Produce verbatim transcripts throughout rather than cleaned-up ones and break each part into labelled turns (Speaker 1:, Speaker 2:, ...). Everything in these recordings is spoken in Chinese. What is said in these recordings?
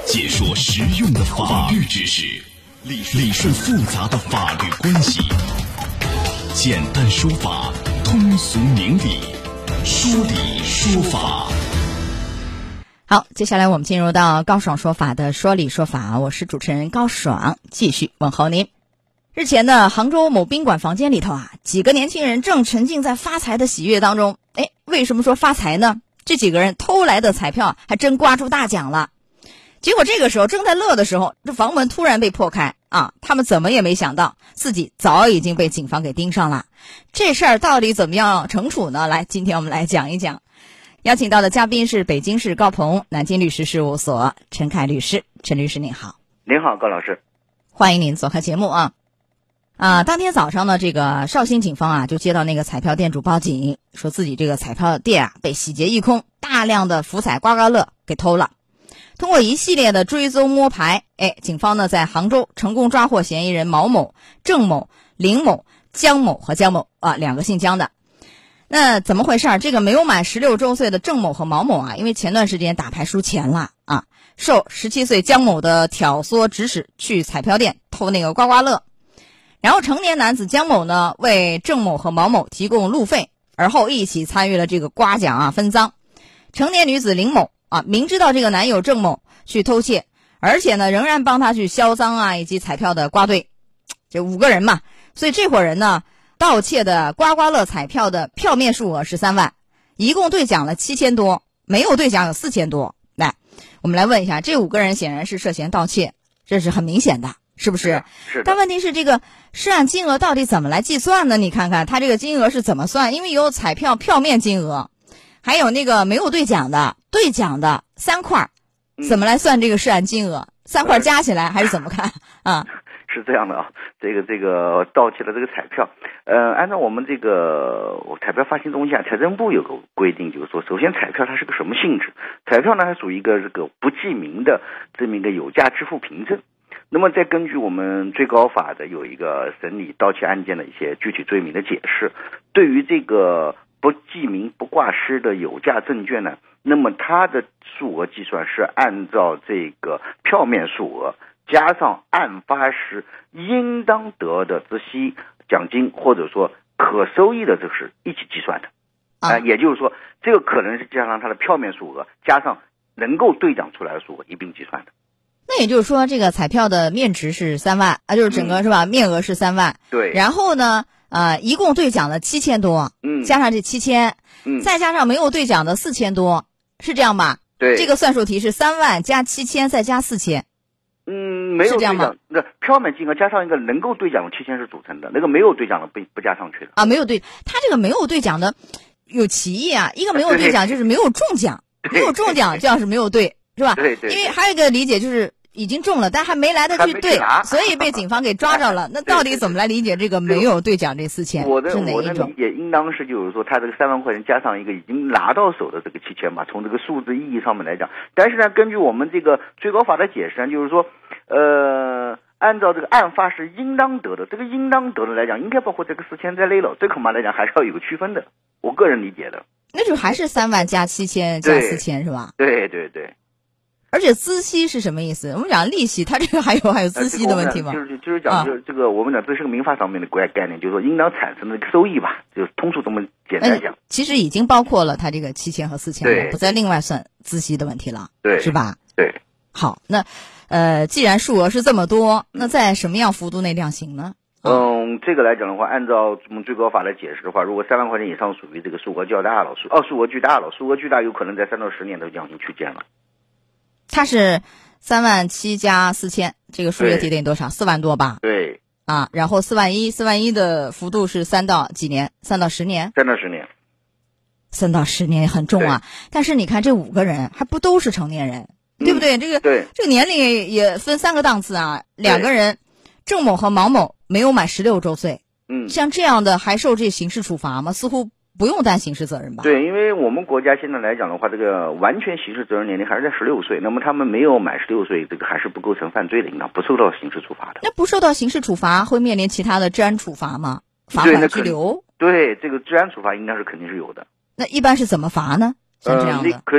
Speaker 1: 解说实用的法律知识，理理顺复杂的法律关系，简单说法，通俗明理，说理说法。
Speaker 2: 好，接下来我们进入到高爽说法的说理说法，我是主持人高爽，继续问候您。日前呢，杭州某宾馆房间里头啊，几个年轻人正沉浸在发财的喜悦当中。哎，为什么说发财呢？这几个人偷来的彩票还真刮出大奖了。结果这个时候正在乐的时候，这房门突然被破开啊！他们怎么也没想到，自己早已经被警方给盯上了。这事儿到底怎么样惩处呢？来，今天我们来讲一讲。邀请到的嘉宾是北京市高鹏南京律师事务所陈凯律师。陈律师您好。
Speaker 3: 您好，高老师。
Speaker 2: 欢迎您做客节目啊。啊，当天早上呢，这个绍兴警方啊就接到那个彩票店主报警，说自己这个彩票店啊被洗劫一空，大量的福彩刮刮乐给偷了。通过一系列的追踪摸排，哎，警方呢在杭州成功抓获嫌疑人毛某、郑某、林某、江某和江某啊，两个姓江的。那怎么回事？这个没有满十六周岁的郑某和毛某啊，因为前段时间打牌输钱了啊，受十七岁江某的挑唆指使去彩票店偷那个刮刮乐。然后成年男子江某呢为郑某和毛某提供路费，而后一起参与了这个刮奖啊分赃。成年女子林某啊，明知道这个男友郑某去偷窃，而且呢仍然帮他去销赃啊以及彩票的刮兑，这五个人嘛，所以这伙人呢盗窃的刮刮乐彩票的票面数额是三万，一共兑奖了七千多，没有兑奖有四千多。来，我们来问一下，这五个人显然是涉嫌盗窃，这是很明显的，是不是？
Speaker 3: 是的。
Speaker 2: 但问题是这个涉案金额到底怎么来计算呢？你看看他这个金额是怎么算？因为有彩票票面金额，还有那个没有兑奖的、兑奖的三块，怎么来算这个涉案金额？三块加起来还是怎么看啊？
Speaker 3: 是这样的啊，这个这个盗窃的这个彩票，呃，按照我们这个彩票发行中心啊，财政部有个规定，就是说，首先彩票它是个什么性质？彩票呢，它属于一个这个不记名的这么一个有价支付凭证。那么再根据我们最高法的有一个审理盗窃案件的一些具体罪名的解释，对于这个不记名不挂失的有价证券呢，那么它的数额计算是按照这个票面数额加上案发时应当得的孳息奖金或者说可收益的，这是一起计算的啊、呃，也就是说这个可能是加上它的票面数额加上能够兑奖出来的数额一并计算的。
Speaker 2: 那也就是说，这个彩票的面值是三万啊，就是整个、嗯、是吧？面额是三万。
Speaker 3: 对。
Speaker 2: 然后呢，呃，一共兑奖了七千多，
Speaker 3: 嗯，
Speaker 2: 加上这七千，
Speaker 3: 嗯，
Speaker 2: 再加上没有兑奖的四千多，是这样吧？
Speaker 3: 对。
Speaker 2: 这个算术题是三万加七千再加四千。
Speaker 3: 嗯，没有兑奖，那票面金额加上一个能够兑奖的七千是组成的，那个没有兑奖的不不加上去的。
Speaker 2: 啊，没有兑，他这个没有兑奖的有歧义啊，一个没有兑奖就是没有中奖，没有中奖就要是没有兑，是吧？
Speaker 3: 对 对, 对。
Speaker 2: 因为还有一个理解就是。已经中了，但还没来得去兑，所以被警方给抓着了。那到底怎么来理解这个没有兑奖这四千？
Speaker 3: 我的
Speaker 2: 是哪一种？
Speaker 3: 我的理解应当是就是说，他这个三万块钱加上一个已经拿到手的这个七千吧，从这个数字意义上面来讲。但是呢，根据我们这个最高法的解释呢，就是说，呃，按照这个案发时应当得的，这个应当得的来讲，应该包括这个四千在内了。这恐怕来讲还是要有个区分的，我个人理解的。
Speaker 2: 那就还是三万加七千加四千是吧？
Speaker 3: 对对对。
Speaker 2: 而且孳息是什么意思？我们讲利息，它这个还有还有孳息的问题吗？
Speaker 3: 就是就是讲就是这个，我们讲这是个民法上面的概概念，就是说应当产生的一个收益吧，就是通俗这么简单讲。
Speaker 2: 其实已经包括了它这个七千和四千了，不再另外算孳息的问题了，
Speaker 3: 对，
Speaker 2: 是吧？
Speaker 3: 对。
Speaker 2: 好，那呃，既然数额是这么多，那在什么样幅度内量刑呢？
Speaker 3: 嗯，这个来讲的话，按照我们最高法来解释的话，如果三万块钱以上属于这个数额较大了，数哦数额巨大了，数额巨大有可能在三到十年的量刑区间了。
Speaker 2: 它是三万七加四千，这个数学题等于多少？四万多吧？
Speaker 3: 对。
Speaker 2: 啊，然后四万一，四万一的幅度是三到几年？三到十年？
Speaker 3: 三到十年。
Speaker 2: 三到十年也很重啊。但是你看这五个人还不都是成年人，
Speaker 3: 嗯、
Speaker 2: 对不对？这个
Speaker 3: 对
Speaker 2: 这个年龄也分三个档次啊。两个人，郑某和毛某没有满十六周岁。
Speaker 3: 嗯。
Speaker 2: 像这样的还受这刑事处罚吗？似乎不用担刑事责任吧？
Speaker 3: 对，因为我们国家现在来讲的话，这个完全刑事责任年龄还是在十六岁，那么他们没有满十六岁，这个还是不构成犯罪的，应当不受到刑事处罚的。
Speaker 2: 那不受到刑事处罚，会面临其他的治安处罚吗？罚款、拘留？
Speaker 3: 对，这个治安处罚应该是肯定是有的。
Speaker 2: 那一般是怎么罚呢？像这样的、
Speaker 3: 呃、可以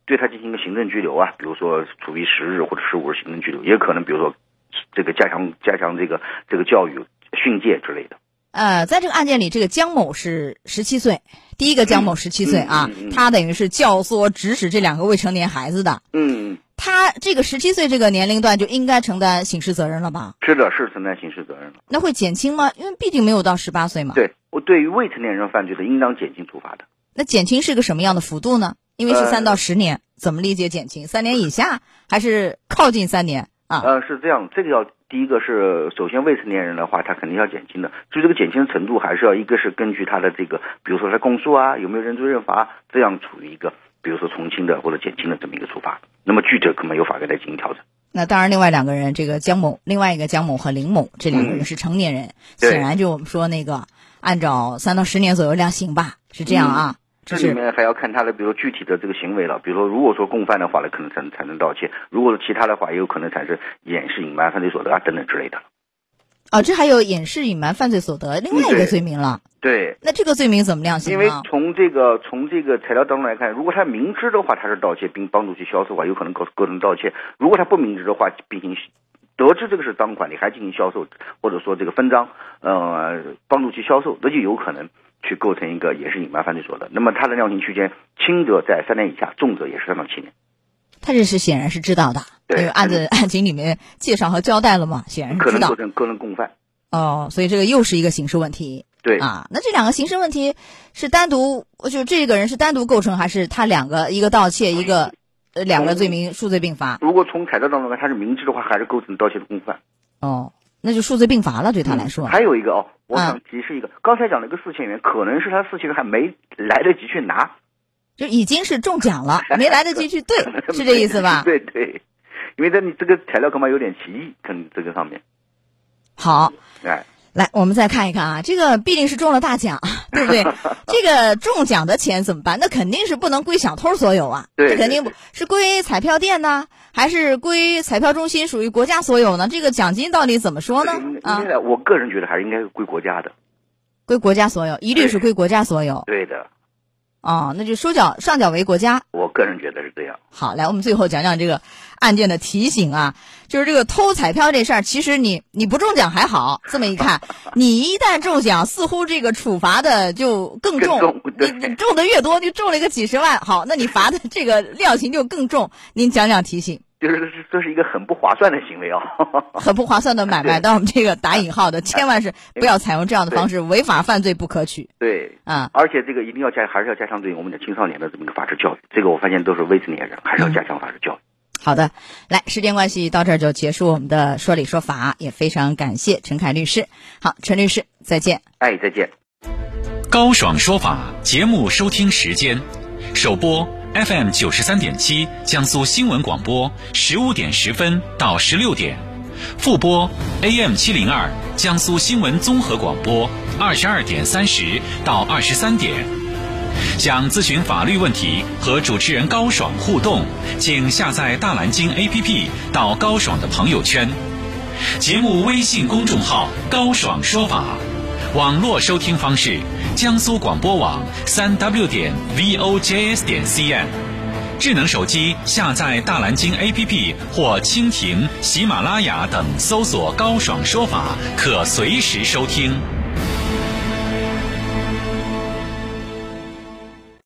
Speaker 3: 对他进行一个行政拘留啊，比如说处以十日或者十五日行政拘留，也可能比如说这个加强加强这个这个教育训诫之类的。
Speaker 2: 呃，在这个案件里，这个江某是十七岁，第一个江某十七岁啊，
Speaker 3: 嗯嗯嗯、
Speaker 2: 他等于是教唆指使这两个未成年孩子的。
Speaker 3: 嗯，
Speaker 2: 他这个十七岁这个年龄段就应该承担刑事责任了吧？
Speaker 3: 是的，是承担刑事责任了。
Speaker 2: 那会减轻吗？因为毕竟没有到十八岁嘛。
Speaker 3: 对，我对于未成年人犯罪的，应当减轻处罚的。
Speaker 2: 那减轻是个什么样的幅度呢？因为是三到十年，呃、怎么理解减轻？三年以下还是靠近三年啊？
Speaker 3: 呃，是这样，这个要第一个是，首先未成年人的话，他肯定要减轻的。至于这个减轻的程度，还是要一个是根据他的这个，比如说他供述啊，有没有认罪认罚，这样处于一个，比如说从轻的或者减轻的这么一个处罚。那么具体可能由法院来进行调整。
Speaker 2: 那当然，另外两个人，这个江某，另外一个江某和林某，这两个人是成年人，嗯、显然就我们说那个按照三到十年左右量刑吧，是这样啊。嗯
Speaker 3: 这里面还要看他的，比如具体的这个行为了。比如说，如果说共犯的话呢，可能产产生盗窃；如果是其他的话，也有可能产生掩饰隐瞒犯罪所得啊等等之类的。
Speaker 2: 哦，这还有掩饰隐瞒犯罪所得，另外一个罪名了。
Speaker 3: 对。
Speaker 2: 那这个罪名怎么量刑呢？
Speaker 3: 因为从这个从这个材料当中来看，如果他明知的话他是盗窃，并帮助去销售的话，有可能构构成盗窃；如果他不明知的话，并行得知这个是赃款，你还进行销售，或者说这个分赃，呃，帮助去销售，那就有可能去构成一个掩饰隐瞒犯罪所得。那么它的量刑区间，轻则在三年以下，重则也是三到七年。
Speaker 2: 他这是显然是知道的，因为案子案情里面介绍和交代了嘛，显然是知道。
Speaker 3: 可能构成个人共犯。
Speaker 2: 哦，所以这个又是一个刑事问题。
Speaker 3: 对
Speaker 2: 啊，那这两个刑事问题是单独，就这个人是单独构成，还是他两个一个盗窃，一个呃两个罪名数罪并罚？
Speaker 3: 如果从材料当中看，他是明知的话，还是构成盗窃的共犯。
Speaker 2: 哦。那就数罪并罚了，对他来说。
Speaker 3: 嗯、还有一个哦，我想提示一个，嗯、刚才讲了一个四千元，可能是他四千元还没来得及去拿，
Speaker 2: 就已经是中奖了，没来得及去兑，是这意思吧？
Speaker 3: 对对，因为在你这个材料恐怕有点歧义，可能这个上面。
Speaker 2: 好，
Speaker 3: 哎。
Speaker 2: 来，我们再看一看啊，这个毕竟是中了大奖，对不对？这个中奖的钱怎么办？那肯定是不能归小偷所有啊，
Speaker 3: 对，
Speaker 2: 这肯定是归彩票店呢，还是归彩票中心属于国家所有呢？这个奖金到底怎么说呢？
Speaker 3: 啊，我个人觉得还是应该归国家的，
Speaker 2: 归国家所有，一律是归国家所有。
Speaker 3: 对的。
Speaker 2: 哦，那就收缴上缴为国家。
Speaker 3: 我个人觉得是这样。
Speaker 2: 好，来，我们最后讲讲这个案件的提醒啊，就是这个偷彩票这事儿，其实你你不中奖还好，这么一看，你一旦中奖，似乎这个处罚的就更重，
Speaker 3: 更重
Speaker 2: 你你中的越多，就中了一个几十万，好，那你罚的这个量刑就更重。您讲讲提醒。
Speaker 3: 就是这是一个很不划算的行为啊，
Speaker 2: 很不划算的买卖，但我们这个打引号的，千万是不要采用这样的方式，违法犯罪不可取。
Speaker 3: 对，
Speaker 2: 啊，
Speaker 3: 而且这个一定要加，还是要加强对我们的青少年的这么一个法治教育。这个我发现都是未成年人，还是要加强法治教育。
Speaker 2: 嗯、好的，来，时间关系到这儿就结束我们的说理说法，也非常感谢陈凯律师。好，陈律师，再见。
Speaker 3: 哎，再见。
Speaker 1: 高爽说法节目收听时间，首播。F M 九十三点七，江苏新闻广播，十五点十分到十六点；复播 A M 七零二，江苏新闻综合广播，二十二点三十到二十三点。想咨询法律问题和主持人高爽互动，请下载大蓝鲸 A P P 到高爽的朋友圈。节目微信公众号高爽说法。网络收听方式：江苏广播网三 w 点 v o j s 点 c n， 智能手机下载大蓝鲸 A P P 或蜻蜓、喜马拉雅等，搜索高爽说法，可随时收听。